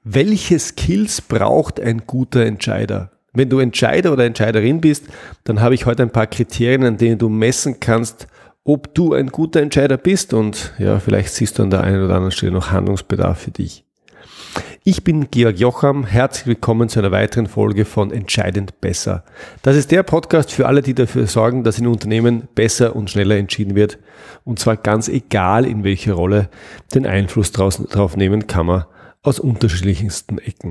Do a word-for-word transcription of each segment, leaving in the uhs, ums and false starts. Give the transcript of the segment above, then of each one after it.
Welche Skills braucht ein guter Entscheider? Wenn du Entscheider oder Entscheiderin bist, dann habe ich heute ein paar Kriterien, an denen du messen kannst, ob du ein guter Entscheider bist, und ja, vielleicht siehst du an der einen oder anderen Stelle noch Handlungsbedarf für dich. Ich bin Georg Jocham, herzlich willkommen zu einer weiteren Folge von Entscheidend Besser. Das ist der Podcast für alle, die dafür sorgen, dass in Unternehmen besser und schneller entschieden wird, und zwar ganz egal, in welcher Rolle. Den Einfluss darauf nehmen kann man aus unterschiedlichsten Ecken.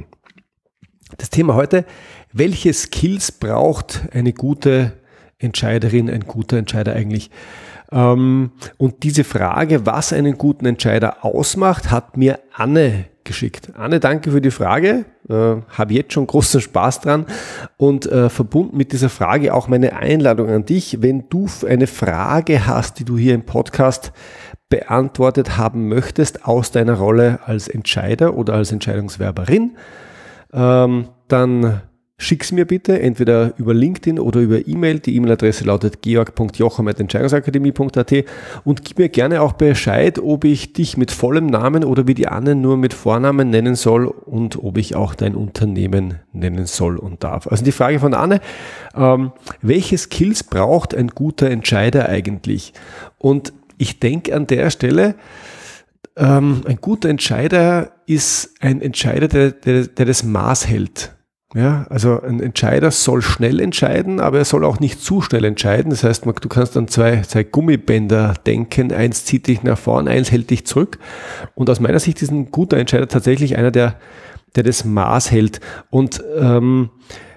Das Thema heute: Welche Skills braucht eine gute Entscheiderin, ein guter Entscheider eigentlich? Und diese Frage, was einen guten Entscheider ausmacht, hat mir Anne geschickt. Anne, danke für die Frage. Äh, habe jetzt schon großen Spaß dran, und äh, verbunden mit dieser Frage auch meine Einladung an dich. Wenn du eine Frage hast, die du hier im Podcast beantwortet haben möchtest aus deiner Rolle als Entscheider oder als Entscheidungswerberin, ähm, dann schick's mir bitte, entweder über LinkedIn oder über E-Mail. Die E-Mail-Adresse lautet georg punkt jocham at entscheidungsakademie punkt a t, und gib mir gerne auch Bescheid, ob ich dich mit vollem Namen oder wie die Anne nur mit Vornamen nennen soll und ob ich auch dein Unternehmen nennen soll und darf. Also die Frage von Anne: ähm, welche Skills braucht ein guter Entscheider eigentlich? Und ich denke an der Stelle, ähm, ein guter Entscheider ist ein Entscheider, der, der, der das Maß hält. Ja, also ein Entscheider soll schnell entscheiden, aber er soll auch nicht zu schnell entscheiden. Das heißt, du kannst an zwei, zwei Gummibänder denken. Eins zieht dich nach vorn, eins hält dich zurück. Und aus meiner Sicht ist ein guter Entscheider tatsächlich einer, der, der das Maß hält. Und ähm,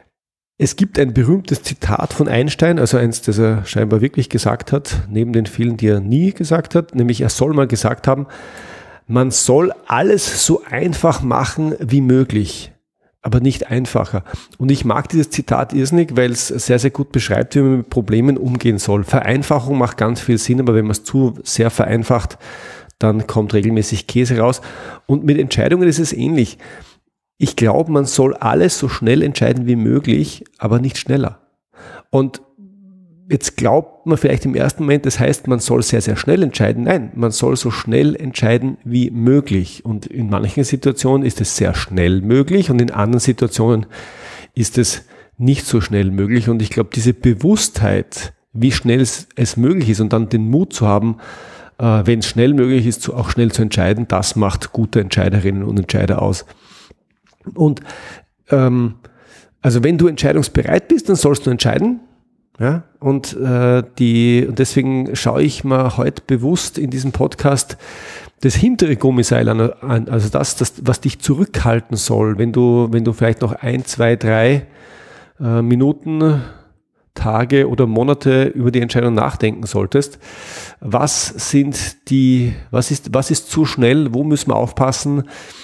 es gibt ein berühmtes Zitat von Einstein, also eins, das er scheinbar wirklich gesagt hat, neben den vielen, die er nie gesagt hat, nämlich er soll mal gesagt haben: Man soll alles so einfach machen wie möglich, aber nicht einfacher. Und ich mag dieses Zitat irrsinnig, weil es sehr, sehr gut beschreibt, wie man mit Problemen umgehen soll. Vereinfachung macht ganz viel Sinn, aber wenn man es zu sehr vereinfacht, dann kommt regelmäßig Käse raus. Und mit Entscheidungen ist es ähnlich. Ich glaube, man soll alles so schnell entscheiden wie möglich, aber nicht schneller. Und jetzt glaubt man vielleicht im ersten Moment, das heißt, man soll sehr, sehr schnell entscheiden. Nein, man soll so schnell entscheiden wie möglich. Und in manchen Situationen ist es sehr schnell möglich und in anderen Situationen ist es nicht so schnell möglich. Und ich glaube, diese Bewusstheit, wie schnell es, es möglich ist, und dann den Mut zu haben, äh, wenn es schnell möglich ist, zu, auch schnell zu entscheiden, das macht gute Entscheiderinnen und Entscheider aus. Und ähm, also wenn du entscheidungsbereit bist, dann sollst du entscheiden. Ja, und, äh, die, und deswegen schaue ich mir heute bewusst in diesem Podcast das hintere Gummiseil an, an, also das, das, was dich zurückhalten soll, wenn du, wenn du vielleicht noch ein, zwei, drei äh, Minuten, Tage oder Monate über die Entscheidung nachdenken solltest. Was sind die, was ist, was ist zu schnell? Wo müssen wir aufpassen?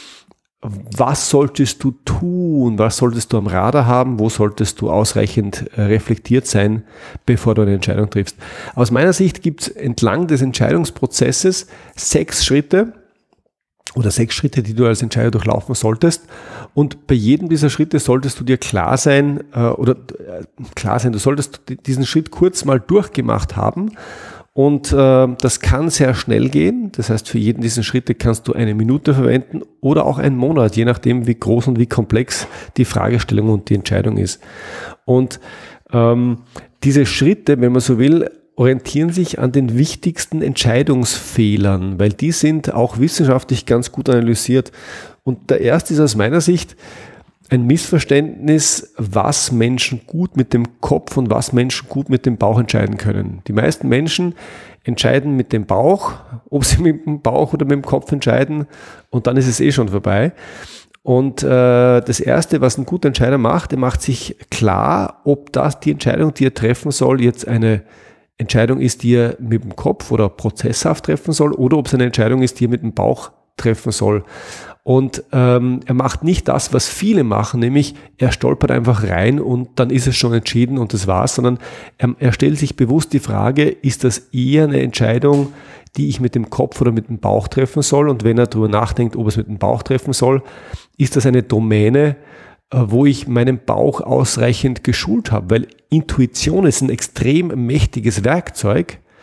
Was solltest du tun? Was solltest du am Radar haben? Wo solltest du ausreichend reflektiert sein, bevor du eine Entscheidung triffst? Aus meiner Sicht gibt es entlang des Entscheidungsprozesses sechs Schritte oder sechs Schritte, die du als Entscheider durchlaufen solltest. Und bei jedem dieser Schritte solltest du dir klar sein, äh, oder äh, klar sein, du solltest diesen Schritt kurz mal durchgemacht haben. Und äh, das kann sehr schnell gehen. Das heißt, für jeden dieser Schritte kannst du eine Minute verwenden oder auch einen Monat, je nachdem, wie groß und wie komplex die Fragestellung und die Entscheidung ist. Und ähm, diese Schritte, wenn man so will, orientieren sich an den wichtigsten Entscheidungsfehlern, weil die sind auch wissenschaftlich ganz gut analysiert. Und der erste ist aus meiner Sicht ein Missverständnis, was Menschen gut mit dem Kopf und was Menschen gut mit dem Bauch entscheiden können. Die meisten Menschen entscheiden mit dem Bauch, ob sie mit dem Bauch oder mit dem Kopf entscheiden, und dann ist es eh schon vorbei. Und äh, das Erste, was ein guter Entscheider macht, er macht sich klar, ob das die Entscheidung, die er treffen soll, jetzt eine Entscheidung ist, die er mit dem Kopf oder prozesshaft treffen soll, oder ob es eine Entscheidung ist, die er mit dem Bauch treffen soll. Und ähm, er macht nicht das, was viele machen, nämlich er stolpert einfach rein und dann ist es schon entschieden und das war's, sondern er, er stellt sich bewusst die Frage: Ist das eher eine Entscheidung, die ich mit dem Kopf oder mit dem Bauch treffen soll? Und wenn er darüber nachdenkt, ob er es mit dem Bauch treffen soll, ist das eine Domäne, wo ich meinen Bauch ausreichend geschult habe, weil Intuition ist ein extrem mächtiges Werkzeug,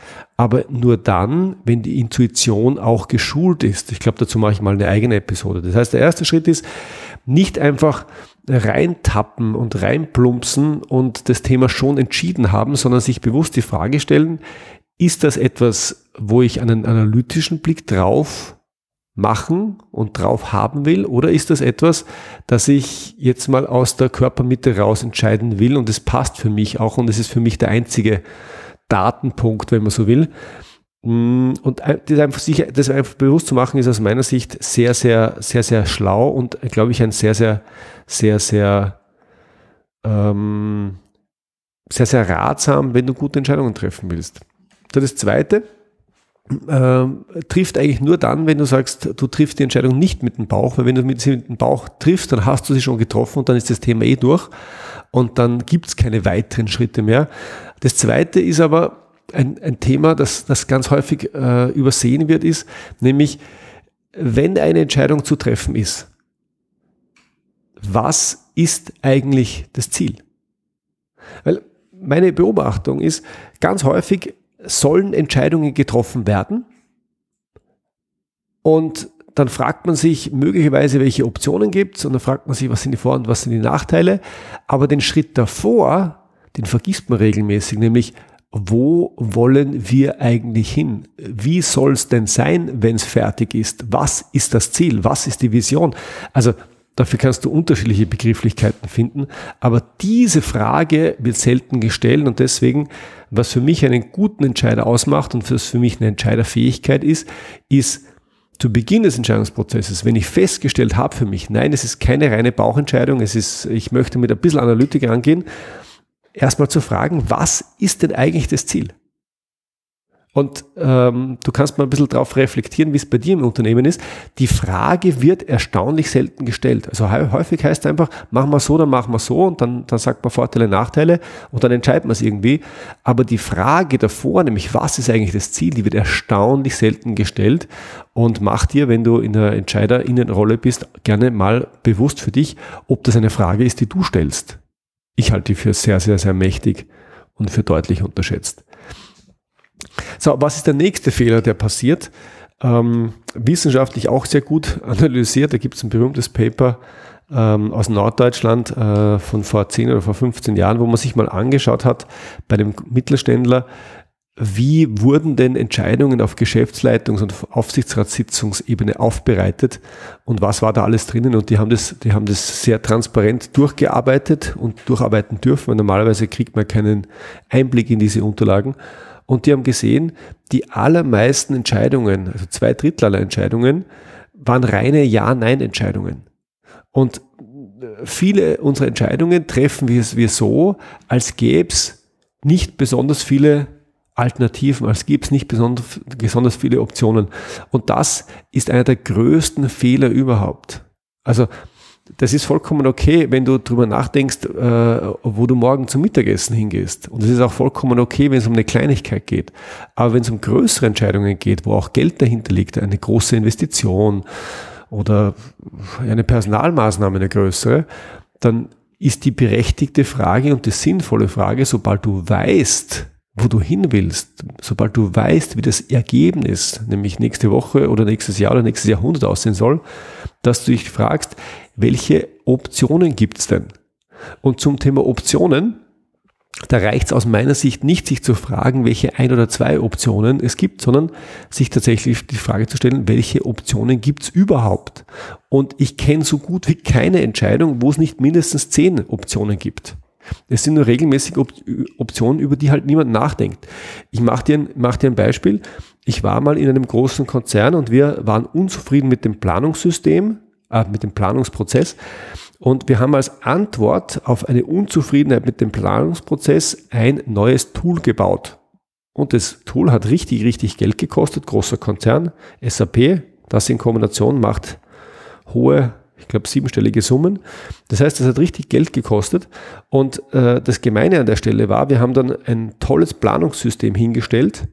aber nur dann, wenn die Intuition auch geschult ist. Ich glaube, dazu mache ich mal eine eigene Episode. Das heißt, der erste Schritt ist, nicht einfach reintappen und reinplumpsen und das Thema schon entschieden haben, sondern sich bewusst die Frage stellen, ist das etwas, wo ich einen analytischen Blick drauf machen und drauf haben will, oder ist das etwas, das ich jetzt mal aus der Körpermitte raus entscheiden will und es passt für mich auch und es ist für mich der einzige Datenpunkt, wenn man so will. Und das einfach, sich, das einfach bewusst zu machen, ist aus meiner Sicht sehr, sehr, sehr, sehr schlau und, glaube ich, ein sehr, sehr, sehr, sehr, ähm, sehr, sehr ratsam, wenn du gute Entscheidungen treffen willst. Das Zweite, ähm, trifft eigentlich nur dann, wenn du sagst, du triffst die Entscheidung nicht mit dem Bauch, weil wenn du sie mit dem Bauch triffst, dann hast du sie schon getroffen und dann ist das Thema eh durch und dann gibt es keine weiteren Schritte mehr. Das Zweite ist aber ein, ein Thema, das, das ganz häufig äh, übersehen wird, ist nämlich, wenn eine Entscheidung zu treffen ist, was ist eigentlich das Ziel? Weil meine Beobachtung ist, ganz häufig sollen Entscheidungen getroffen werden und dann fragt man sich möglicherweise, welche Optionen gibt es und dann fragt man sich, was sind die Vor- und was sind die Nachteile, aber den Schritt davor, den vergisst man regelmäßig, nämlich wo wollen wir eigentlich hin? Wie soll es denn sein, wenn es fertig ist? Was ist das Ziel? Was ist die Vision? Also dafür kannst du unterschiedliche Begrifflichkeiten finden, aber diese Frage wird selten gestellt und deswegen, was für mich einen guten Entscheider ausmacht und was für mich eine Entscheiderfähigkeit ist, ist zu Beginn des Entscheidungsprozesses, wenn ich festgestellt habe für mich, nein, es ist keine reine Bauchentscheidung, es ist, ich möchte mit ein bisschen Analytik angehen, erstmal zu fragen, was ist denn eigentlich das Ziel? Und ähm, du kannst mal ein bisschen darauf reflektieren, wie es bei dir im Unternehmen ist. Die Frage wird erstaunlich selten gestellt. Also häufig heißt es einfach, machen wir so, dann machen wir so und dann, dann sagt man Vorteile, Nachteile und dann entscheidet man es irgendwie. Aber die Frage davor, nämlich was ist eigentlich das Ziel, die wird erstaunlich selten gestellt und mach dir, wenn du in der EntscheiderInnenrolle bist, gerne mal bewusst für dich, ob das eine Frage ist, die du stellst. Ich halte die für sehr, sehr, sehr mächtig und für deutlich unterschätzt. So, was ist der nächste Fehler, der passiert? Ähm, wissenschaftlich auch sehr gut analysiert. Da gibt es ein berühmtes Paper ähm, aus Norddeutschland äh, von vor zehn oder vor fünfzehn Jahren, wo man sich mal angeschaut hat bei dem Mittelständler, wie wurden denn Entscheidungen auf Geschäftsleitungs- und Aufsichtsratssitzungsebene aufbereitet und was war da alles drinnen? Und die haben das, die haben das sehr transparent durchgearbeitet und durcharbeiten dürfen, weil normalerweise kriegt man keinen Einblick in diese Unterlagen. Und die haben gesehen, die allermeisten Entscheidungen, also zwei Drittel aller Entscheidungen, waren reine Ja-Nein-Entscheidungen. Und viele unserer Entscheidungen treffen wir, wir so, als gäbe es nicht besonders viele Alternativen, als gibt es nicht besonders, besonders viele Optionen. Und das ist einer der größten Fehler überhaupt. Also das ist vollkommen okay, wenn du drüber nachdenkst, äh, wo du morgen zum Mittagessen hingehst. Und es ist auch vollkommen okay, wenn es um eine Kleinigkeit geht. Aber wenn es um größere Entscheidungen geht, wo auch Geld dahinter liegt, eine große Investition oder eine Personalmaßnahme, eine größere, dann ist die berechtigte Frage und die sinnvolle Frage, sobald du weißt, wo du hin willst, sobald du weißt, wie das Ergebnis, nämlich nächste Woche oder nächstes Jahr oder nächstes Jahrhundert aussehen soll, dass du dich fragst, welche Optionen gibt es denn? Und zum Thema Optionen, da reicht es aus meiner Sicht nicht, sich zu fragen, welche ein oder zwei Optionen es gibt, sondern sich tatsächlich die Frage zu stellen, welche Optionen gibt es überhaupt? Und ich kenne so gut wie keine Entscheidung, wo es nicht mindestens zehn Optionen gibt. Es sind nur regelmäßig Op- Optionen, über die halt niemand nachdenkt. Ich mache dir, mach dir ein Beispiel. Ich war mal in einem großen Konzern und wir waren unzufrieden mit dem Planungssystem, äh, mit dem Planungsprozess. Und wir haben als Antwort auf eine Unzufriedenheit mit dem Planungsprozess ein neues Tool gebaut. Und das Tool hat richtig, richtig Geld gekostet. Großer Konzern, S A P, das in Kombination macht hohe, ich glaube, siebenstellige Summen. Das heißt, das hat richtig Geld gekostet. Und äh, das Gemeine an der Stelle war, wir haben dann ein tolles Planungssystem hingestellt.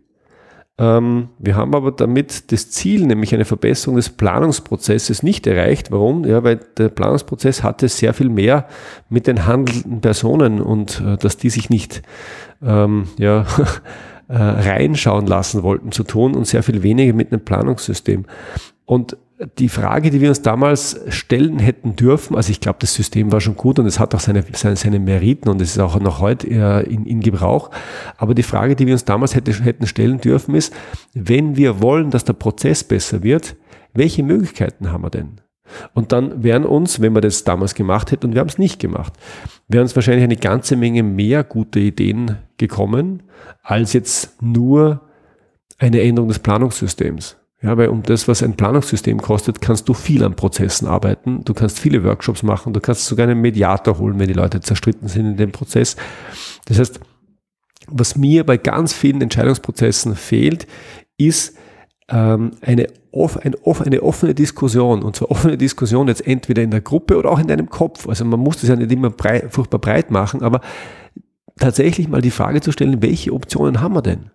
Ähm, wir haben aber damit das Ziel, nämlich eine Verbesserung des Planungsprozesses, nicht erreicht. Warum? Ja, weil der Planungsprozess hatte sehr viel mehr mit den handelnden Personen und äh, dass die sich nicht ähm, ja, äh, reinschauen lassen wollten zu tun und sehr viel weniger mit einem Planungssystem. Und die Frage, die wir uns damals stellen hätten dürfen, also ich glaube, das System war schon gut und es hat auch seine, seine, seine Meriten und es ist auch noch heute in, in Gebrauch. Aber die Frage, die wir uns damals hätte, hätten stellen dürfen, ist, wenn wir wollen, dass der Prozess besser wird, welche Möglichkeiten haben wir denn? Und dann wären uns, wenn wir das damals gemacht hätten und wir haben es nicht gemacht, wären uns wahrscheinlich eine ganze Menge mehr gute Ideen gekommen, als jetzt nur eine Änderung des Planungssystems. Ja, weil um das, was ein Planungssystem kostet, kannst du viel an Prozessen arbeiten. Du kannst viele Workshops machen. Du kannst sogar einen Mediator holen, wenn die Leute zerstritten sind in dem Prozess. Das heißt, was mir bei ganz vielen Entscheidungsprozessen fehlt, ist ähm, eine, off, ein, off, eine offene Diskussion. Und zwar offene Diskussion jetzt entweder in der Gruppe oder auch in deinem Kopf. Also man muss das ja nicht immer breit, furchtbar breit machen, aber tatsächlich mal die Frage zu stellen, welche Optionen haben wir denn?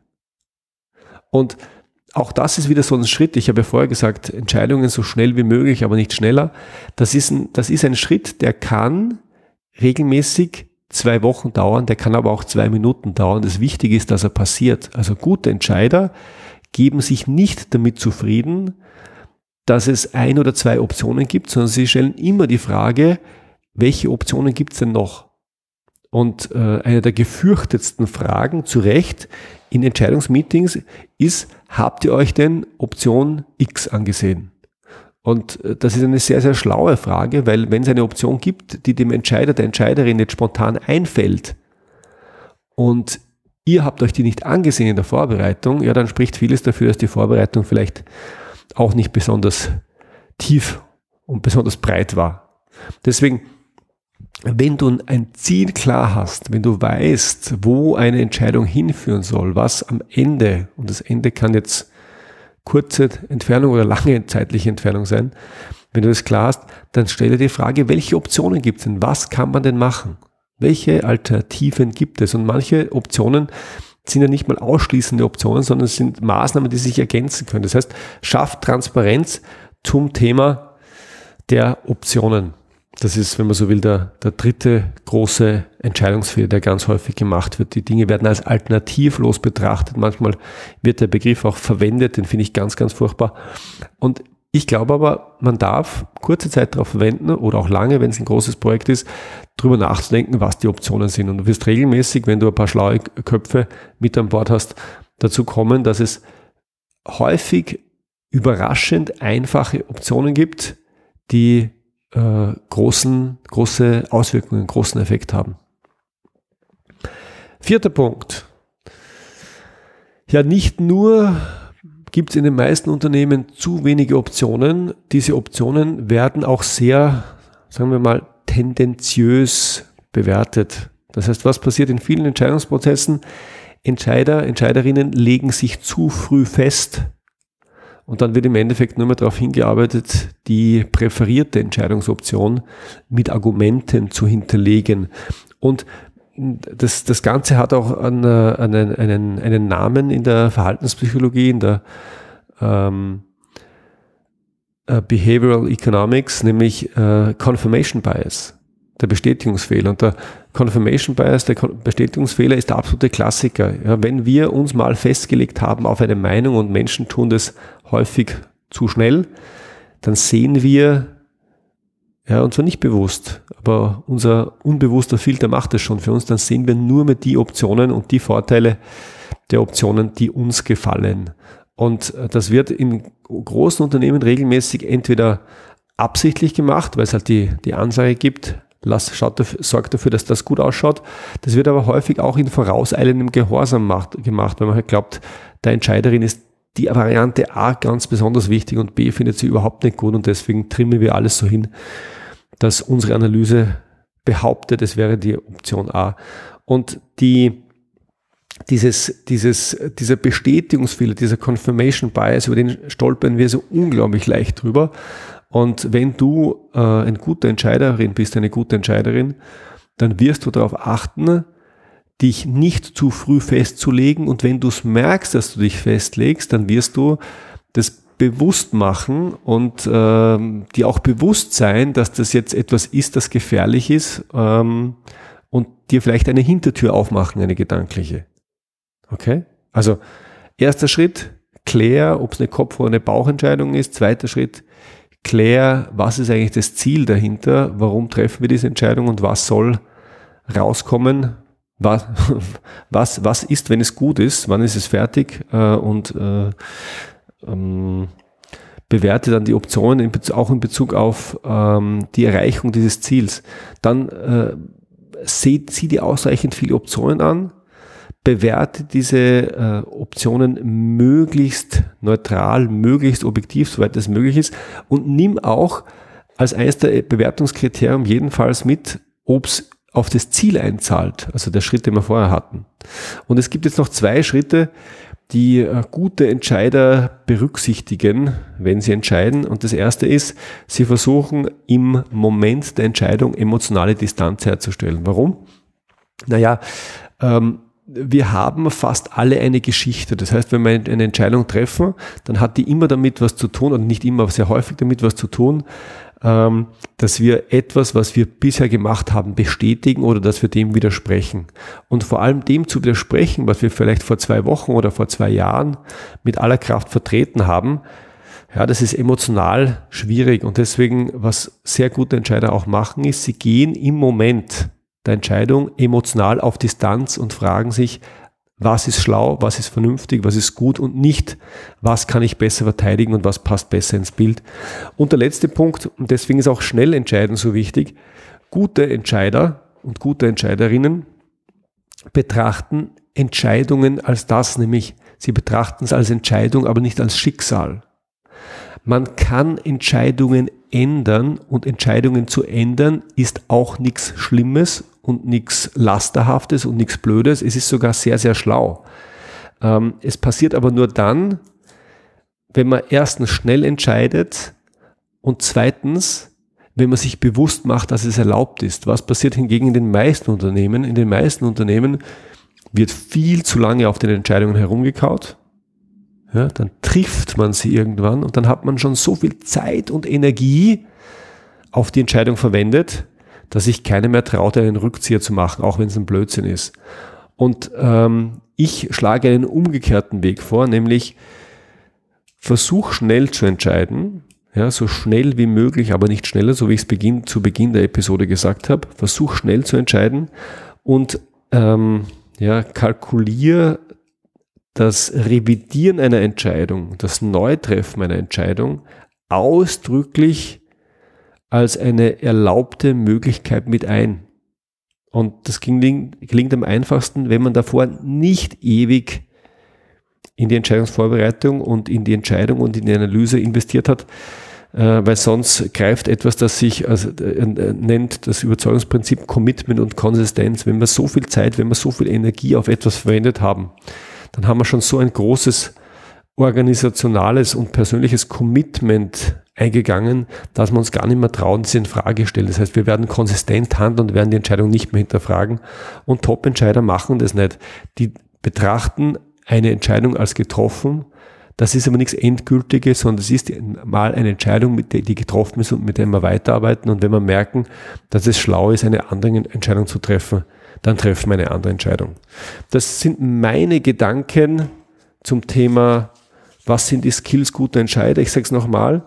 Und auch das ist wieder so ein Schritt. Ich habe ja vorher gesagt, Entscheidungen so schnell wie möglich, aber nicht schneller. Das ist ein, das ist ein Schritt, der kann regelmäßig zwei Wochen dauern, der kann aber auch zwei Minuten dauern. Das Wichtige ist, dass er passiert. Also gute Entscheider geben sich nicht damit zufrieden, dass es ein oder zwei Optionen gibt, sondern sie stellen immer die Frage, welche Optionen gibt es denn noch? Und äh, eine der gefürchtetsten Fragen, zu Recht, in Entscheidungsmeetings ist, habt ihr euch denn Option X angesehen? Und äh, das ist eine sehr, sehr schlaue Frage, weil wenn es eine Option gibt, die dem Entscheider, der Entscheiderin jetzt spontan einfällt und ihr habt euch die nicht angesehen in der Vorbereitung, ja, dann spricht vieles dafür, dass die Vorbereitung vielleicht auch nicht besonders tief und besonders breit war. Deswegen, wenn du ein Ziel klar hast, wenn du weißt, wo eine Entscheidung hinführen soll, was am Ende, und das Ende kann jetzt kurze Entfernung oder lange zeitliche Entfernung sein, wenn du das klar hast, dann stell dir die Frage, welche Optionen gibt es denn? Was kann man denn machen? Welche Alternativen gibt es? Und manche Optionen sind ja nicht mal ausschließende Optionen, sondern es sind Maßnahmen, die sich ergänzen können. Das heißt, schafft Transparenz zum Thema der Optionen. Das ist, wenn man so will, der, der dritte große Entscheidungsfehler, der ganz häufig gemacht wird. Die Dinge werden als alternativlos betrachtet. Manchmal wird der Begriff auch verwendet, den finde ich ganz, ganz furchtbar. Und ich glaube aber, man darf kurze Zeit darauf verwenden oder auch lange, wenn es ein großes Projekt ist, darüber nachzudenken, was die Optionen sind. Und du wirst regelmäßig, wenn du ein paar schlaue Köpfe mit an Bord hast, dazu kommen, dass es häufig überraschend einfache Optionen gibt, die äh, großen, große Auswirkungen, großen Effekt haben. Vierter Punkt. Ja, nicht nur gibt es in den meisten Unternehmen zu wenige Optionen. Diese Optionen werden auch sehr, sagen wir mal, tendenziös bewertet. Das heißt, was passiert in vielen Entscheidungsprozessen? Entscheider, Entscheiderinnen legen sich zu früh fest und dann wird im Endeffekt nur mehr darauf hingearbeitet, die präferierte Entscheidungsoption mit Argumenten zu hinterlegen. Und Das, das Ganze hat auch einen, einen, einen, einen Namen in der Verhaltenspsychologie, in der ähm, äh, Behavioral Economics, nämlich äh, Confirmation Bias, der Bestätigungsfehler. Und der Confirmation Bias, der Bestätigungsfehler ist der absolute Klassiker. Ja, wenn wir uns mal festgelegt haben auf eine Meinung und Menschen tun das häufig zu schnell, dann sehen wir, ja, und zwar nicht bewusst, aber unser unbewusster Filter macht es schon für uns, dann sehen wir nur mehr die Optionen und die Vorteile der Optionen, die uns gefallen. Und das wird in großen Unternehmen regelmäßig entweder absichtlich gemacht, weil es halt die, die Ansage gibt, lass, schaut dafür, sorgt dafür, dass das gut ausschaut. Das wird aber häufig auch in vorauseilendem Gehorsam macht, gemacht, weil man halt glaubt, der Entscheiderin ist die Variante A ganz besonders wichtig und B findet sie überhaupt nicht gut und deswegen trimmen wir alles so hin, dass unsere Analyse behauptet, es wäre die Option A. Und die, dieses, dieses, dieser Bestätigungsfehler, dieser Confirmation Bias, über den stolpern wir so unglaublich leicht drüber. Und wenn du äh, eine gute Entscheiderin bist, eine gute Entscheiderin, dann wirst du darauf achten, dich nicht zu früh festzulegen. Und wenn du es merkst, dass du dich festlegst, dann wirst du das bewusst machen und ähm, dir auch bewusst sein, dass das jetzt etwas ist, das gefährlich ist ähm, und dir vielleicht eine Hintertür aufmachen, eine gedankliche. Okay? Also erster Schritt, klär, ob es eine Kopf- oder eine Bauchentscheidung ist. Zweiter Schritt, klär, was ist eigentlich das Ziel dahinter, warum treffen wir diese Entscheidung und was soll rauskommen, was, was, was ist, wenn es gut ist, wann ist es fertig äh, und äh, ähm, bewerte dann die Optionen in Bezug, auch in Bezug auf ähm, die Erreichung dieses Ziels. Dann äh, sieh, sieh dir ausreichend viele Optionen an, bewerte diese äh, Optionen möglichst neutral, möglichst objektiv, soweit das möglich ist, und nimm auch als eines der Bewertungskriterien jedenfalls mit, ob es auf das Ziel einzahlt, also der Schritt, den wir vorher hatten. Und es gibt jetzt noch zwei Schritte, die äh, gute Entscheider berücksichtigen, wenn sie entscheiden. Und das erste ist, sie versuchen im Moment der Entscheidung emotionale Distanz herzustellen. Warum? Naja, ähm, wir haben fast alle eine Geschichte. Das heißt, wenn wir eine Entscheidung treffen, dann hat die immer damit was zu tun, und nicht immer, aber sehr häufig damit was zu tun, ähm, dass wir etwas, was wir bisher gemacht haben, bestätigen oder dass wir dem widersprechen. Und vor allem dem zu widersprechen, was wir vielleicht vor zwei Wochen oder vor zwei Jahren mit aller Kraft vertreten haben, ja, das ist emotional schwierig. Und deswegen, was sehr gute Entscheider auch machen, ist, sie gehen im Moment der Entscheidung emotional auf Distanz und fragen sich, was ist schlau, was ist vernünftig, was ist gut, und nicht, was kann ich besser verteidigen und was passt besser ins Bild. Und der letzte Punkt, und deswegen ist auch schnell entscheiden so wichtig, gute Entscheider und gute Entscheiderinnen betrachten Entscheidungen als das, nämlich sie betrachten es als Entscheidung, aber nicht als Schicksal. Man kann Entscheidungen ändern, und Entscheidungen zu ändern ist auch nichts Schlimmes und nichts Lasterhaftes und nichts Blödes. Es ist sogar sehr, sehr schlau. Ähm, es passiert aber nur dann, wenn man erstens schnell entscheidet und zweitens, wenn man sich bewusst macht, dass es erlaubt ist. Was passiert hingegen in den meisten Unternehmen? In den meisten Unternehmen wird viel zu lange auf den Entscheidungen herumgekaut. Ja, dann trifft man sie irgendwann und dann hat man schon so viel Zeit und Energie auf die Entscheidung verwendet, dass sich keiner mehr traut, einen Rückzieher zu machen, auch wenn es ein Blödsinn ist. Und ähm, ich schlage einen umgekehrten Weg vor, nämlich versuch schnell zu entscheiden, ja, so schnell wie möglich, aber nicht schneller, so wie ich es Beginn, zu Beginn der Episode gesagt habe. Versuch schnell zu entscheiden und ähm, ja, kalkulier das Revidieren einer Entscheidung, das Neutreffen einer Entscheidung ausdrücklich als eine erlaubte Möglichkeit mit ein. Und das gelingt, gelingt am einfachsten, wenn man davor nicht ewig in die Entscheidungsvorbereitung und in die Entscheidung und in die Analyse investiert hat, äh, weil sonst greift etwas, das sich also, äh, nennt das Überzeugungsprinzip Commitment und Konsistenz. Wenn wir so viel Zeit, wenn wir so viel Energie auf etwas verwendet haben, dann haben wir schon so ein großes organisationales und persönliches Commitment eingegangen, dass wir uns gar nicht mehr trauen, sie in Frage stellen. Das heißt, wir werden konsistent handeln und werden die Entscheidung nicht mehr hinterfragen. Und Top-Entscheider machen das nicht. Die betrachten eine Entscheidung als getroffen. Das ist aber nichts Endgültiges, sondern es ist mal eine Entscheidung, mit der die getroffen ist und mit der wir weiterarbeiten. Und wenn wir merken, dass es schlau ist, eine andere Entscheidung zu treffen, dann treffen wir eine andere Entscheidung. Das sind meine Gedanken zum Thema, was sind die Skills guter Entscheider? Ich sage es nochmal.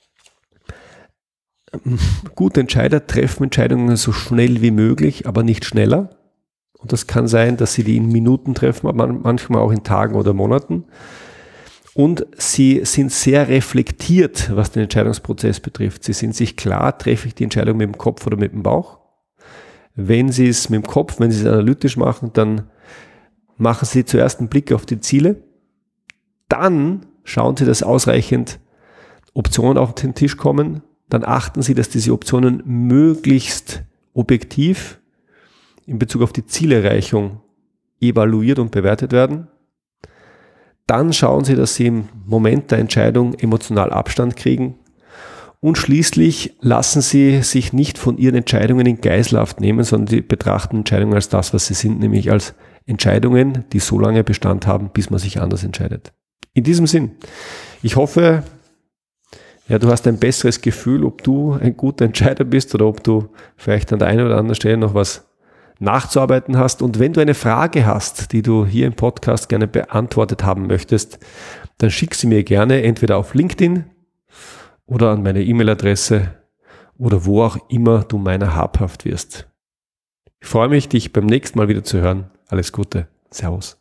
Gute Entscheider treffen Entscheidungen so schnell wie möglich, aber nicht schneller. Und das kann sein, dass sie die in Minuten treffen, aber manchmal auch in Tagen oder Monaten. Und sie sind sehr reflektiert, was den Entscheidungsprozess betrifft. Sie sind sich klar, treffe ich die Entscheidung mit dem Kopf oder mit dem Bauch? Wenn Sie es mit dem Kopf, wenn Sie es analytisch machen, dann machen Sie zuerst einen Blick auf die Ziele. Dann schauen Sie, dass ausreichend Optionen auf den Tisch kommen. Dann achten Sie, dass diese Optionen möglichst objektiv in Bezug auf die Zielerreichung evaluiert und bewertet werden. Dann schauen Sie, dass Sie im Moment der Entscheidung emotional Abstand kriegen. Und schließlich lassen Sie sich nicht von Ihren Entscheidungen in Geiselhaft nehmen, sondern Sie betrachten Entscheidungen als das, was sie sind, nämlich als Entscheidungen, die so lange Bestand haben, bis man sich anders entscheidet. In diesem Sinn, ich hoffe, ja, du hast ein besseres Gefühl, ob du ein guter Entscheider bist oder ob du vielleicht an der einen oder anderen Stelle noch was nachzuarbeiten hast. Und wenn du eine Frage hast, die du hier im Podcast gerne beantwortet haben möchtest, dann schick sie mir gerne entweder auf LinkedIn oder an meine E-Mail-Adresse oder wo auch immer du meiner habhaft wirst. Ich freue mich, dich beim nächsten Mal wieder zu hören. Alles Gute. Servus.